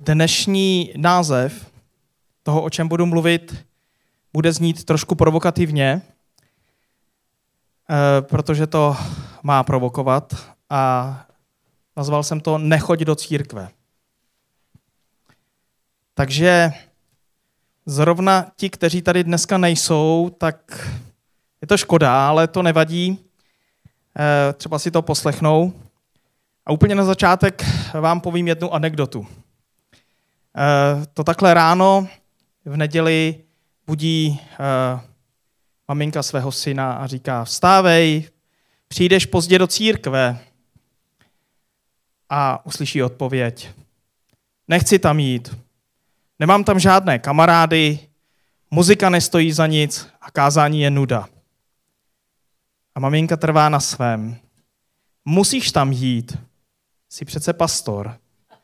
Dnešní název toho, o čem budu mluvit, bude znít trošku provokativně, protože to má provokovat a nazval jsem to Nechoď do církve. Takže zrovna ti, kteří tady dneska nejsou, tak je to škoda, ale to nevadí. Třeba si to poslechnou. A úplně na začátek vám povím jednu anekdotu. To takhle ráno v neděli budí maminka svého syna a říká: vstávej, přijdeš pozdě do církve. A uslyší odpověď: nechci tam jít. Nemám tam žádné kamarády, muzika nestojí za nic a kázání je nuda. A maminka trvá na svém. Musíš tam jít, jsi přece pastor.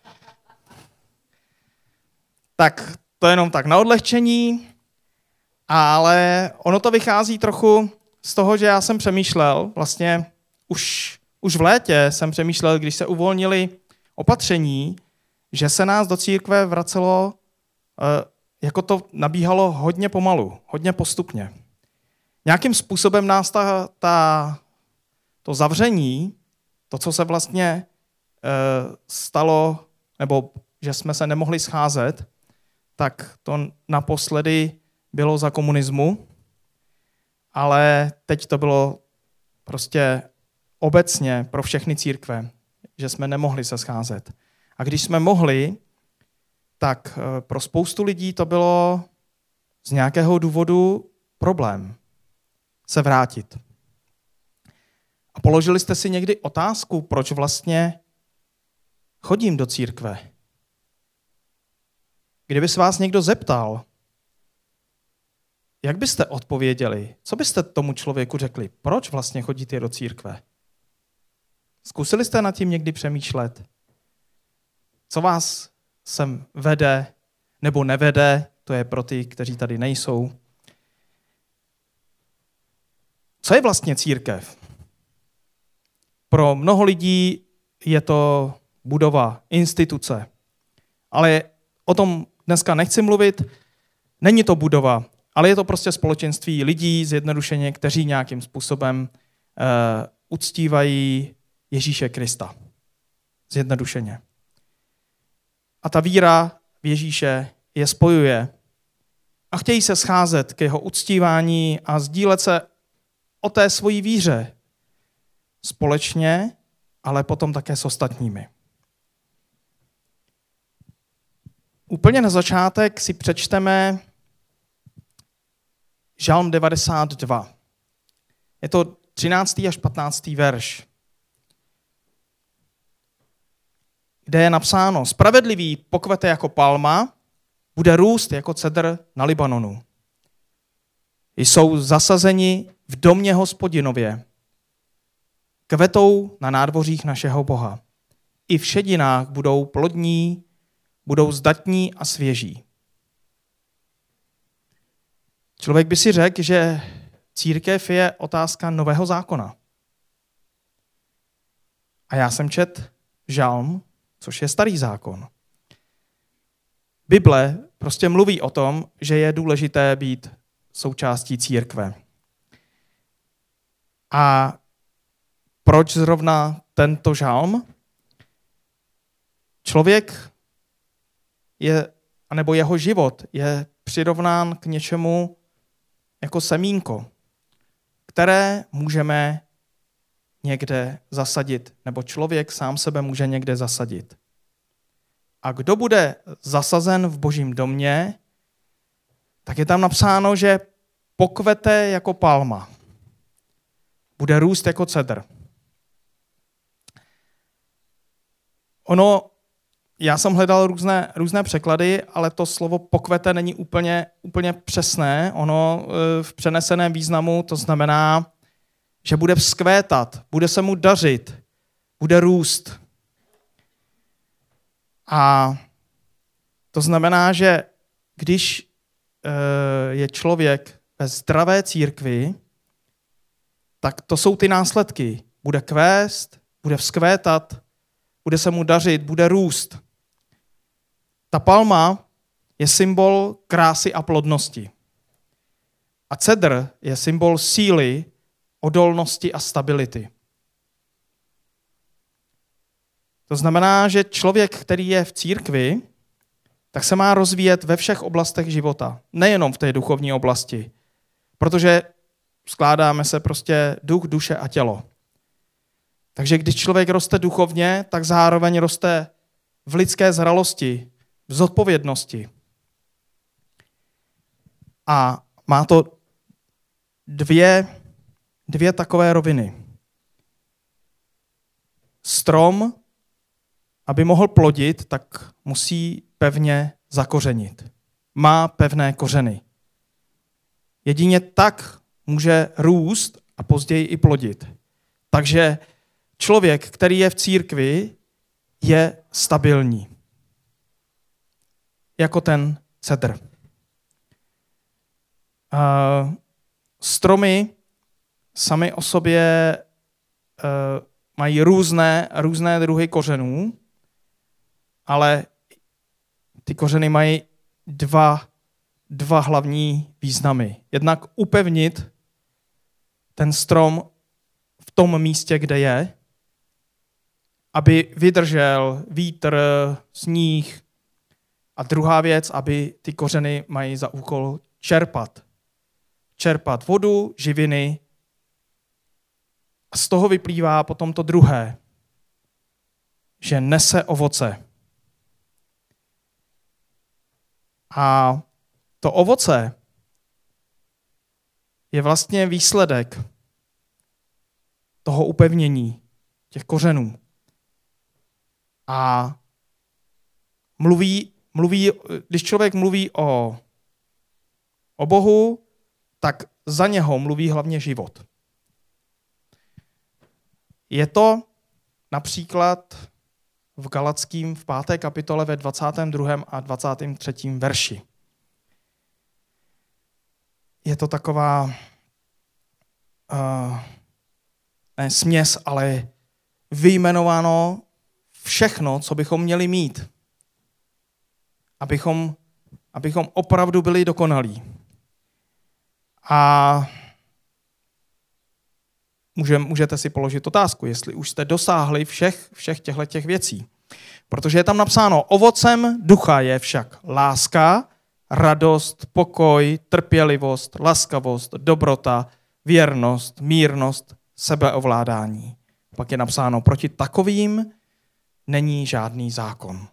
Tak to jenom tak na odlehčení, ale ono to vychází trochu z toho, že já jsem přemýšlel, vlastně už v létě jsem přemýšlel, když se uvolnili opatření, že se nás do církve vracelo, jako to nabíhalo hodně pomalu, hodně postupně. Nějakým způsobem nás to zavření, to, co se vlastně stalo, nebo že jsme se nemohli scházet, tak to naposledy bylo za komunismu, ale teď to bylo prostě obecně pro všechny církve, že jsme nemohli se scházet. A když jsme mohli, tak pro spoustu lidí to bylo z nějakého důvodu problém se vrátit. A položili jste si někdy otázku, proč vlastně chodím do církve? Kdyby se vás někdo zeptal, jak byste odpověděli? Co byste tomu člověku řekli? Proč vlastně chodíte do církve? Zkusili jste nad tím někdy přemýšlet? Co vás sem vede nebo nevede? To je pro ty, kteří tady nejsou. Co je vlastně církev? Pro mnoho lidí je to budova, instituce. Ale o tom dneska nechci mluvit. Není to budova, ale je to prostě společenství lidí, zjednodušeně, kteří nějakým způsobem uctívají Ježíše Krista. Zjednodušeně. A ta víra v Ježíše je spojuje. A chtějí se scházet k jeho uctívání a sdílet se o té svojí víře společně, ale potom také s ostatními. Úplně na začátek si přečteme Žalm 92. Je to 13. až 15. verš, kde je napsáno: spravedlivý pokvete jako palma, bude růst jako cedr na Libanonu. Jsou zasazeni v domě Hospodinově, kvetou na nádvořích našeho Boha. I v šedinách budou plodní, budou zdatní a svěží. Člověk by si řekl, že církev je otázka Nového zákona. A já jsem četl Žalm, což je Starý zákon. Bible prostě mluví o tom, že je důležité být součástí církve. A proč zrovna tento žalm? Člověk je, anebo jeho život je přirovnán k něčemu jako semínko, které můžeme někde zasadit, nebo člověk sám sebe může někde zasadit. A kdo bude zasazen v Božím domě, tak je tam napsáno, že pokvete jako palma. Bude růst jako cedr. Já jsem hledal různé překlady, ale to slovo pokvete není úplně přesné. Ono v přeneseném významu to znamená, že bude vzkvétat, bude se mu dařit, bude růst. A to znamená, že když je člověk ve zdravé církvi, tak to jsou ty následky. Bude kvést, bude vzkvétat, bude se mu dařit, bude růst. Ta palma je symbol krásy a plodnosti. A cedr je symbol síly, odolnosti a stability. To znamená, že člověk, který je v církvi, tak se má rozvíjet ve všech oblastech života. Nejenom v té duchovní oblasti. Protože skládáme se prostě duch, duše a tělo. Takže když člověk roste duchovně, tak zároveň roste v lidské zralosti, v zodpovědnosti. A má to dvě takové roviny. Strom, aby mohl plodit, tak musí pevně zakořenit. Má pevné kořeny. Jedině tak může růst a později i plodit. Takže člověk, který je v církvi, je stabilní. Jako ten cedr. Stromy sami o sobě mají různé druhy kořenů, ale ty kořeny mají dva hlavní významy. Jednak upevnit ten strom v tom místě, kde je, aby vydržel vítr, sníh. A druhá věc, aby ty kořeny mají za úkol čerpat vodu, živiny. A z toho vyplývá potom to druhé, že nese ovoce. A to ovoce je vlastně výsledek toho upevnění těch kořenů. A když člověk mluví o Bohu, tak za něho mluví hlavně život. Je to například v Galackým v 5. kapitole ve 22. a 23. verši. Je to taková ne směs, ale vyjmenováno všechno, co bychom měli mít, abychom opravdu byli dokonalí. A můžete si položit otázku, jestli už jste dosáhli všech těchto věcí. Protože je tam napsáno, ovocem ducha je však láska, radost, pokoj, trpělivost, laskavost, dobrota, věrnost, mírnost, sebeovládání. Pak je napsáno, proti takovým není žádný zákon.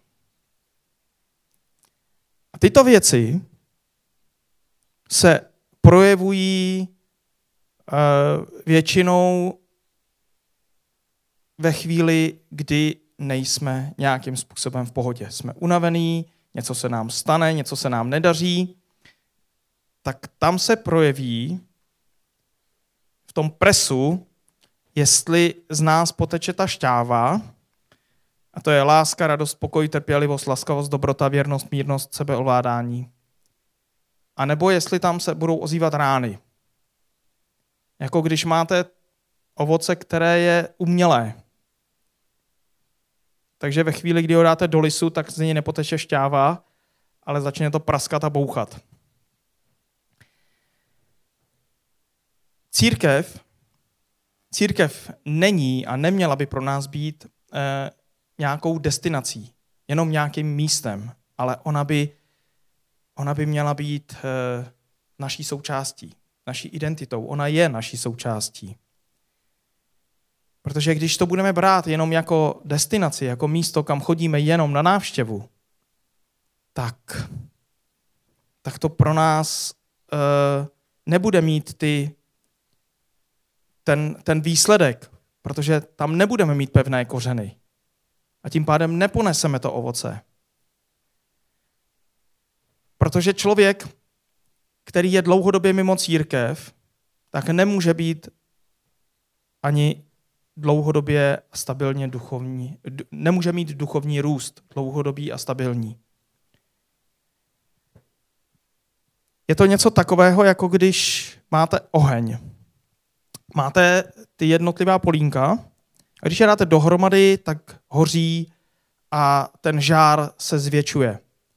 A tyto věci se projevují většinou ve chvíli, kdy nejsme nějakým způsobem v pohodě. Jsme unavení, něco se nám stane, něco se nám nedaří, tak tam se projeví v tom presu, jestli z nás poteče ta šťáva, a to je láska, radost, pokoj, trpělivost, laskavost, dobrota, věrnost, mírnost, sebeovládání. A nebo jestli tam se budou ozývat rány. Jako když máte ovoce, které je umělé. Takže ve chvíli, kdy ho dáte do lisu, tak z něj nepoteče šťáva, ale začne to praskat a bouchat. Církev není a neměla by pro nás být nějakou destinací, jenom nějakým místem, ale ona by měla být naší součástí, naší identitou. Ona je naší součástí. Protože když to budeme brát jenom jako destinaci, jako místo, kam chodíme jenom na návštěvu, tak to pro nás nebude mít ten výsledek, protože tam nebudeme mít pevné kořeny. A tím pádem neponeseme to ovoce. Protože člověk, který je dlouhodobě mimo církev, tak nemůže být ani dlouhodobě a stabilně duchovní, nemůže mít duchovní růst, dlouhodobý a stabilní. Je to něco takového, jako když máte oheň. Máte ty jednotlivá polínka a když je dáte dohromady, tak hoří a ten žár se zvětšuje.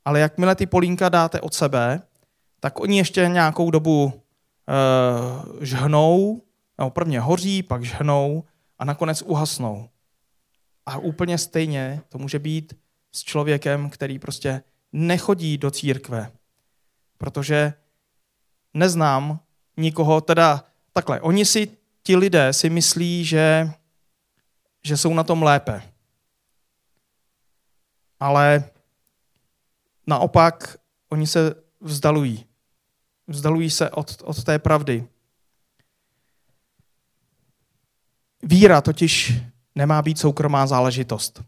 ale jakmile ty polínka dáte od sebe, tak oni ještě nějakou dobu žhnou, nebo prvně hoří, pak žhnou a nakonec uhasnou. A úplně stejně to může být s člověkem, který prostě nechodí do církve, protože neznám nikoho, teda takhle, ti lidé si myslí, že jsou na tom lépe. Ale naopak oni se vzdalují. Vzdalují se od té pravdy. Víra totiž nemá být soukromá záležitost.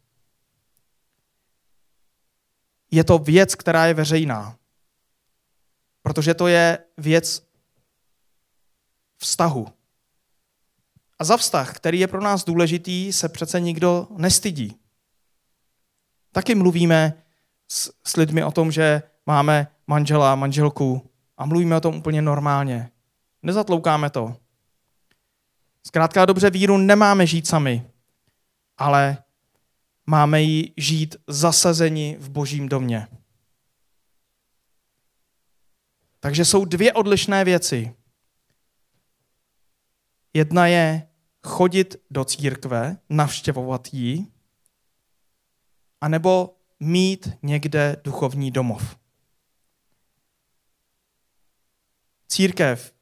Je to věc, která je veřejná. Protože to je věc vztahu. A za vztah, který je pro nás důležitý, se přece nikdo nestydí. Taky mluvíme s lidmi o tom, že máme manžela, manželku a mluvíme o tom úplně normálně. Nezatloukáme to. Zkrátka dobře, víru nemáme žít sami, ale máme ji žít zasazeni v Božím domě. Takže jsou dvě odlišné věci. Jedna je chodit do církve, navštěvovat ji, anebo mít někde duchovní domov. Církev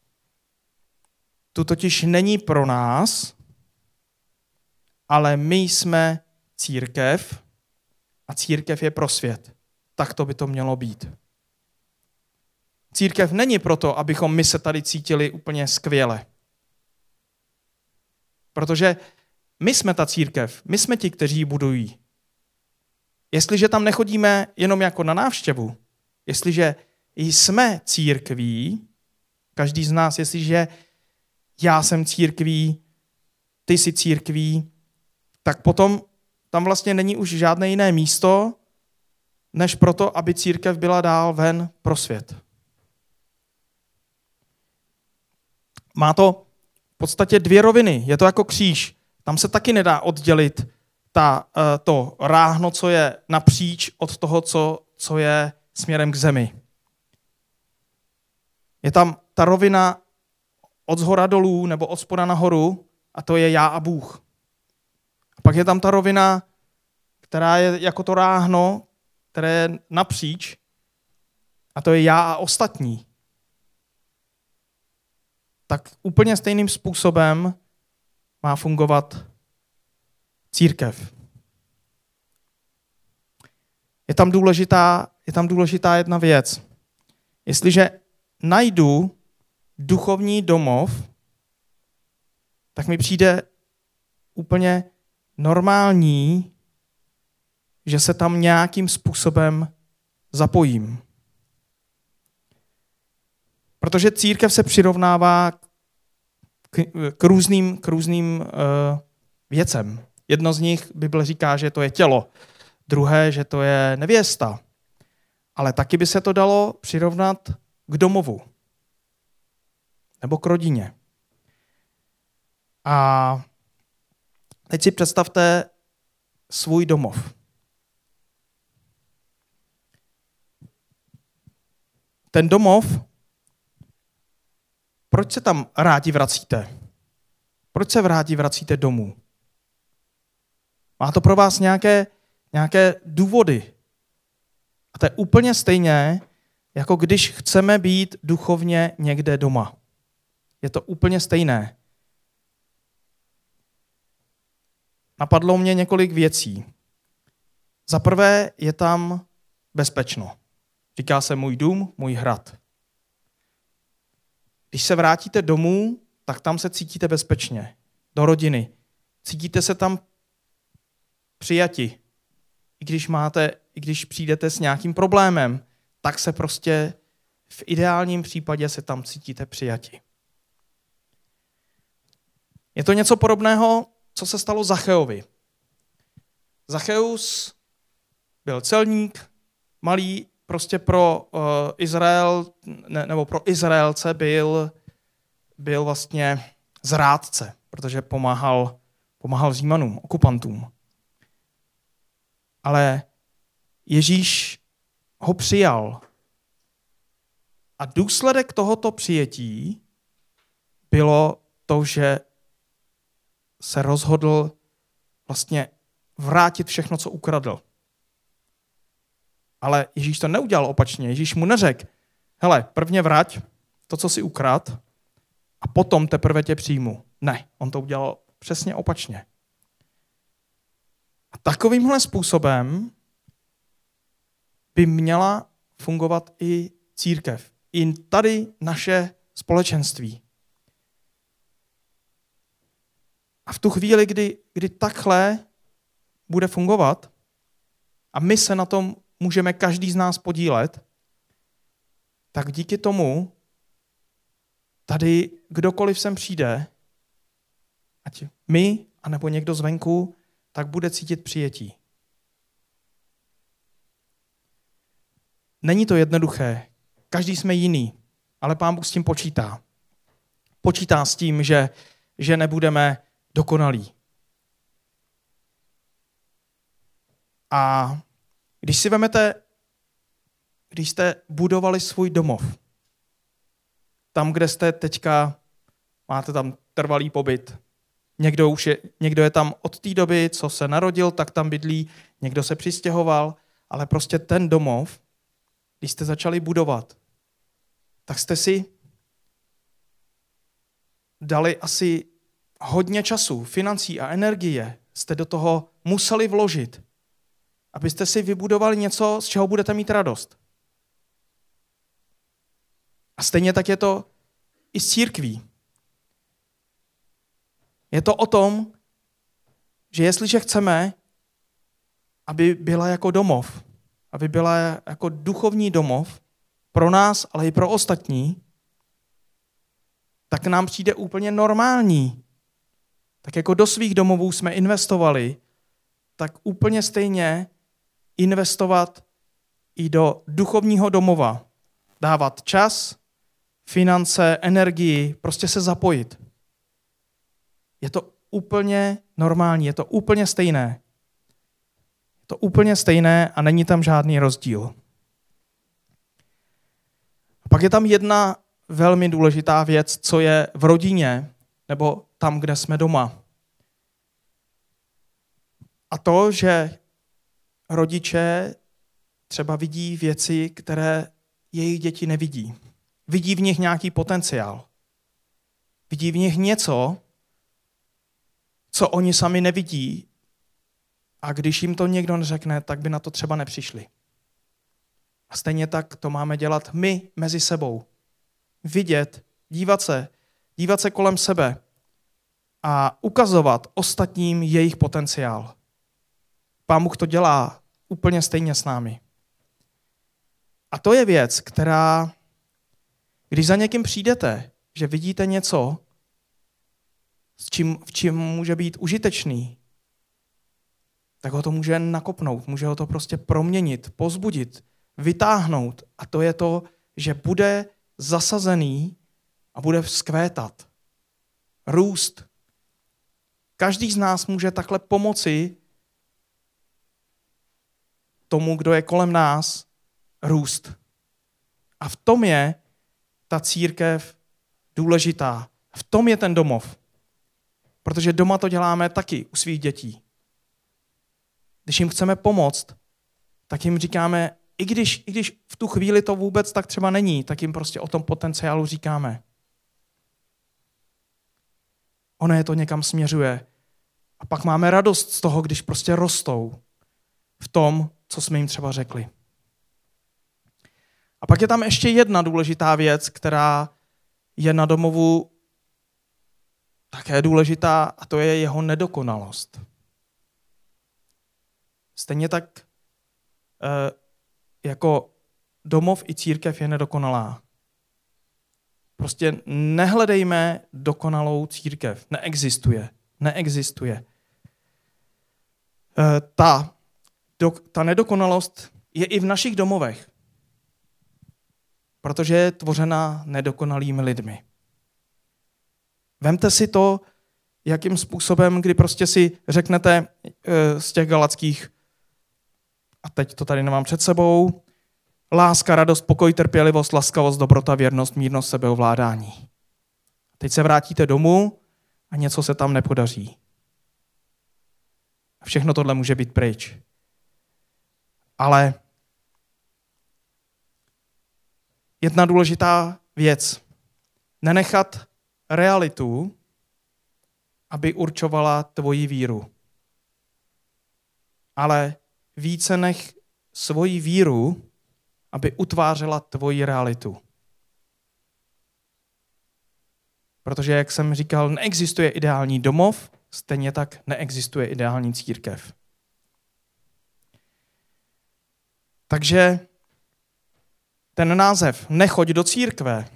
tu totiž není pro nás, ale my jsme církev a církev je pro svět. Tak to by to mělo být. Církev není proto, abychom my se tady cítili úplně skvěle. Protože my jsme ta církev, my jsme ti, kteří ji budují. Jestliže tam nechodíme jenom jako na návštěvu, jestliže jsme církví, každý z nás, jestliže já jsem církví, ty jsi církví, tak potom tam vlastně není už žádné jiné místo, než proto, aby církev byla dál ven pro svět. Má to v podstatě dvě roviny. Je to jako kříž. Tam se taky nedá oddělit to ráhno, co je napříč, od toho, co je směrem k zemi. Je tam ta rovina od zhora dolů nebo od spoda nahoru a to je já a Bůh. A pak je tam ta rovina, která je jako to ráhno, které je napříč a to je já a ostatní. Tak úplně stejným způsobem má fungovat církev. Je tam důležitá jedna věc. Jestliže najdu duchovní domov, tak mi přijde úplně normální, že se tam nějakým způsobem zapojím. Protože církev se přirovnává k různým věcem. Jedno z nich Bible říká, že to je tělo, druhé, že to je nevěsta. Ale taky by se to dalo přirovnat k domovu nebo k rodině. A teď si představte svůj domov. Ten domov, proč se tam rádi vracíte? Proč se rádi vracíte domů? Má to pro vás nějaké důvody. A to je úplně stejně, jako když chceme být duchovně někde doma. Je to úplně stejné. Napadlo mě několik věcí. Za prvé je tam bezpečno. Říká se můj dům, můj hrad. Když se vrátíte domů, tak tam se cítíte bezpečně. Do rodiny. Cítíte se tam přijati. I když přijdete s nějakým problémem, tak se prostě v ideálním případě se tam cítíte přijati. Je to něco podobného, co se stalo Zacheovi. Zacheus byl celník, malý, prostě pro Izrael, nebo pro Izraelce byl vlastně zrádce, protože pomáhal Římanům, okupantům. Ale Ježíš ho přijal. A důsledek tohoto přijetí bylo to, že se rozhodl vlastně vrátit všechno, co ukradl. Ale Ježíš to neudělal opačně. Ježíš mu neřekl, hele, prvně vrať to, co jsi ukradl, a potom teprve tě přijmu. Ne, on to udělal přesně opačně. A takovýmhle způsobem by měla fungovat i církev. I tady naše společenství. A v tu chvíli, kdy takhle bude fungovat a my se na tom můžeme každý z nás podílet, tak díky tomu tady kdokoliv sem přijde, ať my, anebo někdo zvenku, tak bude cítit přijetí. Není to jednoduché. Každý jsme jiný, ale Pán Bůh s tím počítá. Počítá s tím, že nebudeme dokonalí. A když si vemete, když jste budovali svůj domov, tam, kde jste teďka, máte tam trvalý pobyt, někdo je tam od té doby, co se narodil, tak tam bydlí, někdo se přistěhoval, ale prostě ten domov, když jste začali budovat, tak jste si dali asi hodně času, financí a energie jste do toho museli vložit, abyste si vybudovali něco, z čeho budete mít radost. A stejně tak je to i s církví. Je to o tom, že jestliže chceme, aby byla jako domov, aby byla jako duchovní domov pro nás, ale i pro ostatní, tak nám přijde úplně normální. Tak jako do svých domovů jsme investovali, tak úplně stejně investovat i do duchovního domova. Dávat čas, finance, energii, prostě se zapojit. Je to úplně normální, je to úplně stejné. Je to úplně stejné a není tam žádný rozdíl. A pak je tam jedna velmi důležitá věc, co je v rodině, nebo tam, kde jsme doma. A to, že rodiče třeba vidí věci, které jejich děti nevidí. Vidí v nich nějaký potenciál. Vidí v nich něco, co oni sami nevidí, a když jim to někdo neřekne, tak by na to třeba nepřišli. A stejně tak to máme dělat my mezi sebou. Vidět, dívat se kolem sebe a ukazovat ostatním jejich potenciál. Pán Bůh to dělá úplně stejně s námi. A to je věc, která, když za někým přijdete, že vidíte něco, v čem může být užitečný, tak ho to může nakopnout, může ho to prostě proměnit, pozbudit, vytáhnout. A to je to, že bude zasazený a bude vzkvétat, růst. Každý z nás může takhle pomoci tomu, kdo je kolem nás, růst. A v tom je ta církev důležitá. V tom je ten domov. Protože doma to děláme taky u svých dětí. Když jim chceme pomoct, tak jim říkáme, i když v tu chvíli to vůbec tak třeba není, tak jim prostě o tom potenciálu říkáme. Ono je to někam směřuje. A pak máme radost z toho, když prostě rostou v tom, co jsme jim třeba řekli. A pak je tam ještě jedna důležitá věc, která je na domovu také důležitá, a to je jeho nedokonalost. Stejně tak jako domov i církev je nedokonalá. Prostě nehledejme dokonalou církev. Neexistuje. Ta nedokonalost je i v našich domovech, protože je tvořena nedokonalými lidmi. Vemte si to, jakým způsobem, kdy prostě si řeknete z těch Galackých, a teď to tady nemám před sebou, láska, radost, pokoj, trpělivost, laskavost, dobrota, věrnost, mírnost, sebeovládání. Teď se vrátíte domů a něco se tam nepodaří. Všechno tohle může být pryč. Ale jedna důležitá věc. Nenechat realitu, aby určovala tvoji víru. Ale více nech svoji víru, aby utvářela tvoji realitu. Protože, jak jsem říkal, neexistuje ideální domov, stejně tak neexistuje ideální církev. Takže ten název Nechoď do církve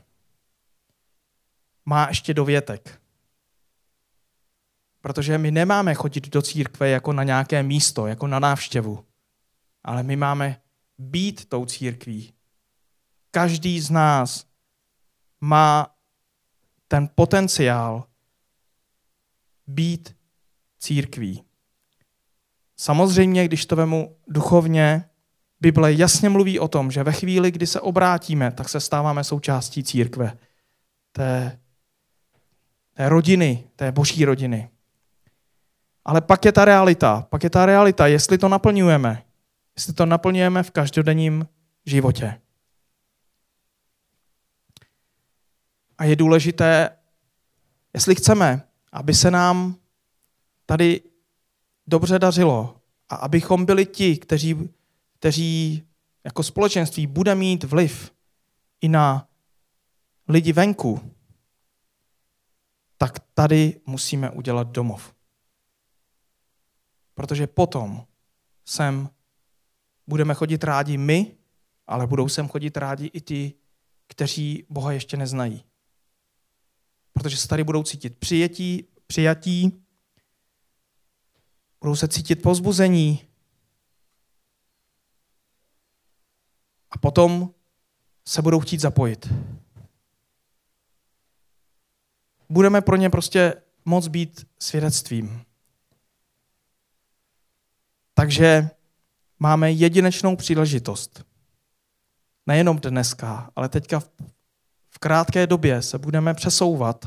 má ještě dovětek. Protože my nemáme chodit do církve jako na nějaké místo, jako na návštěvu, ale my máme být tou církví. Každý z nás má ten potenciál být církví. Samozřejmě, když to vemu duchovně, Bible jasně mluví o tom, že ve chvíli, kdy se obrátíme, tak se stáváme součástí církve. Té rodiny, té boží rodiny. Ale pak je ta realita, jestli to naplňujeme. Jestli to naplňujeme v každodenním životě. A je důležité, jestli chceme, aby se nám tady dobře dařilo a abychom byli ti, kteří jako společenství bude mít vliv i na lidi venku, tak tady musíme udělat domov. Protože potom sem budeme chodit rádi my, ale budou sem chodit rádi i ti, kteří Boha ještě neznají. Protože se tady budou cítit přijatí, budou se cítit povzbuzení a potom se budou chtít zapojit. Budeme pro ně prostě moc být svědectvím. Takže máme jedinečnou příležitost. Nejenom dneska, ale teďka v krátké době se budeme přesouvat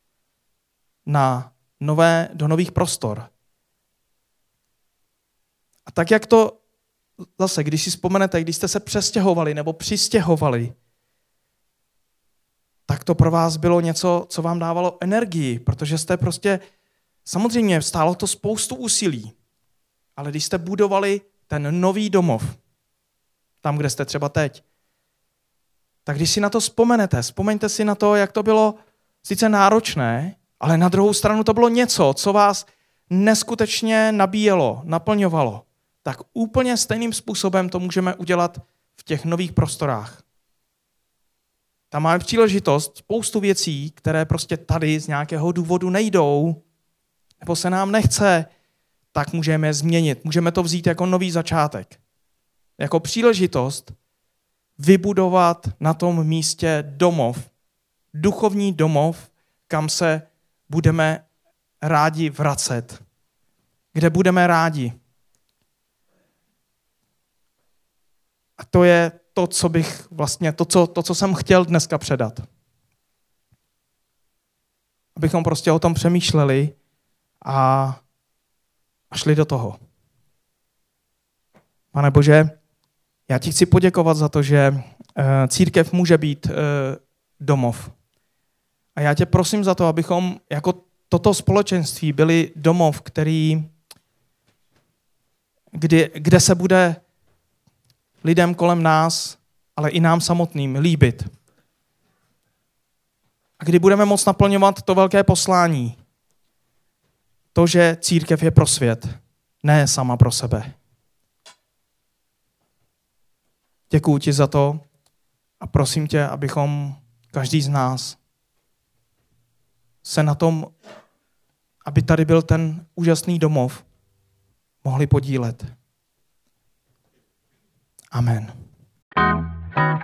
do nových prostor. A tak jak to zase, když si vzpomenete, když jste se přestěhovali nebo přistěhovali, tak to pro vás bylo něco, co vám dávalo energii, protože jste prostě, samozřejmě stálo to spoustu úsilí, ale když jste budovali ten nový domov, tam, kde jste třeba teď, tak když si na to vzpomeňte si na to, jak to bylo sice náročné, ale na druhou stranu to bylo něco, co vás neskutečně nabíjelo, naplňovalo. Tak úplně stejným způsobem to můžeme udělat v těch nových prostorách. Tam máme příležitost, spoustu věcí, které prostě tady z nějakého důvodu nejdou, nebo se nám nechce, tak můžeme je změnit. Můžeme to vzít jako nový začátek. Jako příležitost vybudovat na tom místě domov, duchovní domov, kam se budeme rádi vracet. Kde budeme rádi. A to je to, co bych vlastně, to, co jsem chtěl dneska předat. Abychom prostě o tom přemýšleli a šli do toho. Pane Bože, já ti chci poděkovat za to, že církev může být domov. A já tě prosím za to, abychom jako toto společenství byli domov, kde se bude lidem kolem nás, ale i nám samotným líbit. A kdy budeme moct naplňovat to velké poslání. To, že církev je pro svět, ne sama pro sebe. Děkuju ti za to a prosím tě, abychom každý z nás se na tom, aby tady byl ten úžasný domov, mohli podílet. Amen.